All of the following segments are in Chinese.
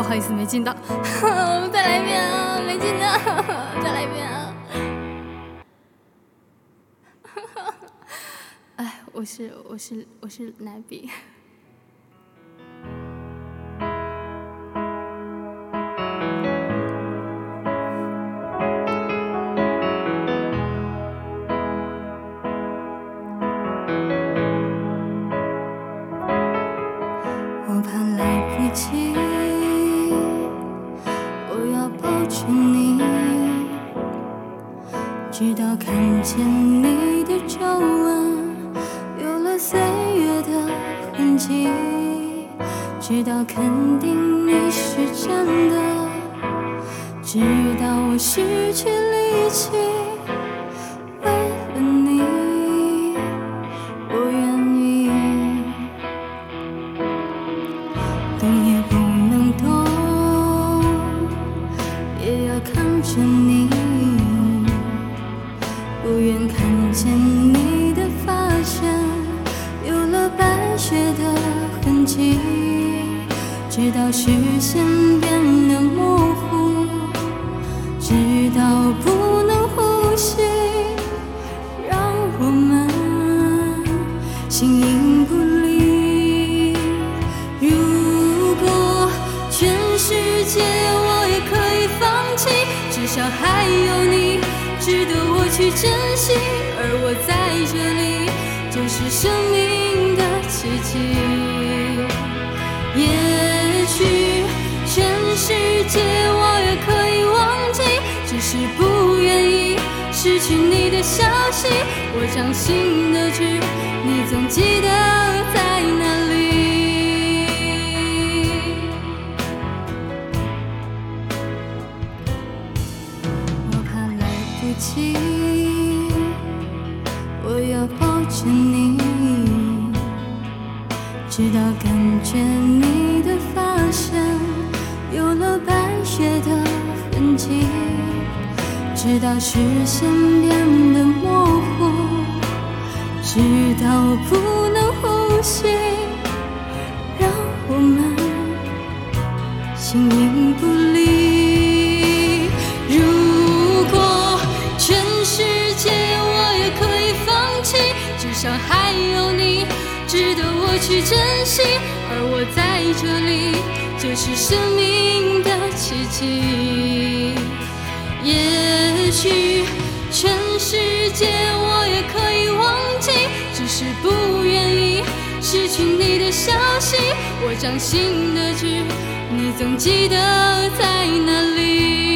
好意思没进到，再来一遍啊，没进到，再来一遍啊。哎，我是奶比。我怕来不及，我要抱着你，直到看见你的皱纹有了岁月的痕迹，直到肯定你是真的，直到我失去力气，为了你我愿意动也不能动，也要看着你，不愿看见你的发线有了白雪的痕迹，直到视线变得模糊，直到不能呼吸，让我们形影不离。如果全世界我也可以放弃，至少还有你值得我去珍惜，而我在这里就是生命的奇迹。也许全世界我也可以忘记，只是不愿意失去你的消息。我掌心的痣，你总记得在哪里。我怕来不及，我要抱着你，直到感觉你的发线有了白雪的痕迹，直到视线变得模糊，直到不能呼吸，让我们形影不离。如果全世界我也可以放弃，至少还有你值得我去珍惜，而我在这里就是生命的奇迹。也许全世界我也可以忘记，只是不愿意失去你的消息。我掌心的痣，你总记得在哪里。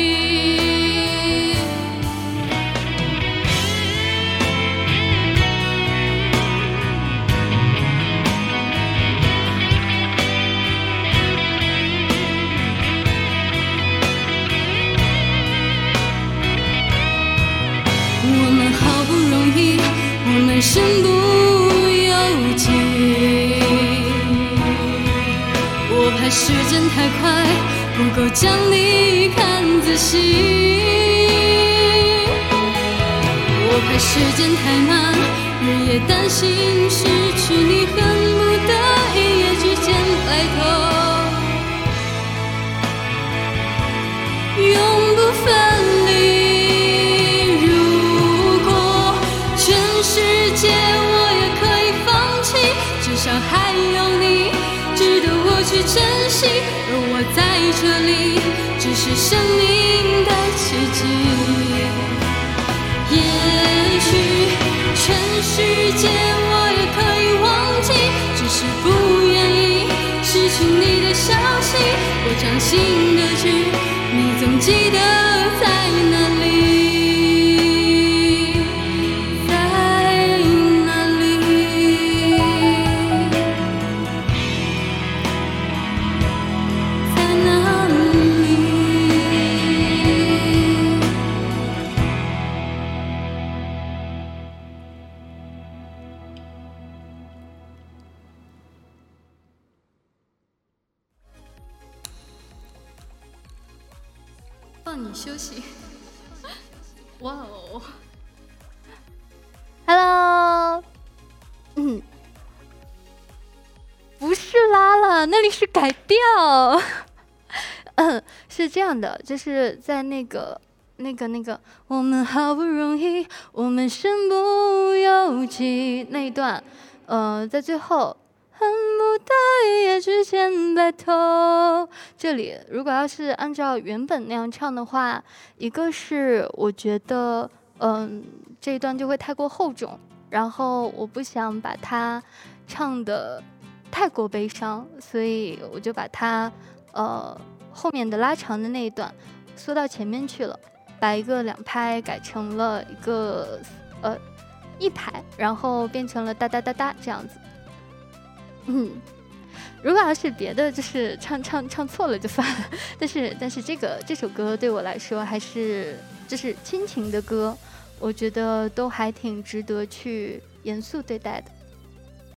我们好不容易，我们身不由己，我怕时间太快，不够将你看仔细，我怕时间太慢，日夜担心失去你，恨不得一夜之间白头，永不分离。世界我也可以放弃，至少还有你值得我去珍惜，而我在这里只是生命的奇迹。也许全世界我也可以忘记，只是不愿意失去你的消息。我掌心的痣，你总记得在哪里。放你休息。哇哦 ，Hello， 不是拉了，那里是改调。 是这样的，就是在我们好不容易，我们身不由己那一段，在最后。恨不得一夜之间白头。这里如果要是按照原本那样唱的话，一个是我觉得，这一段就会太过厚重，然后我不想把它唱的太过悲伤，所以我就把它，后面的拉长的那一段缩到前面去了，把一个2拍改成了一个1拍，然后变成了哒哒哒哒这样子。如果要是别的，就是唱错了就算了。但是这首歌对我来说还是就是亲情的歌，我觉得都还挺值得去严肃对待的。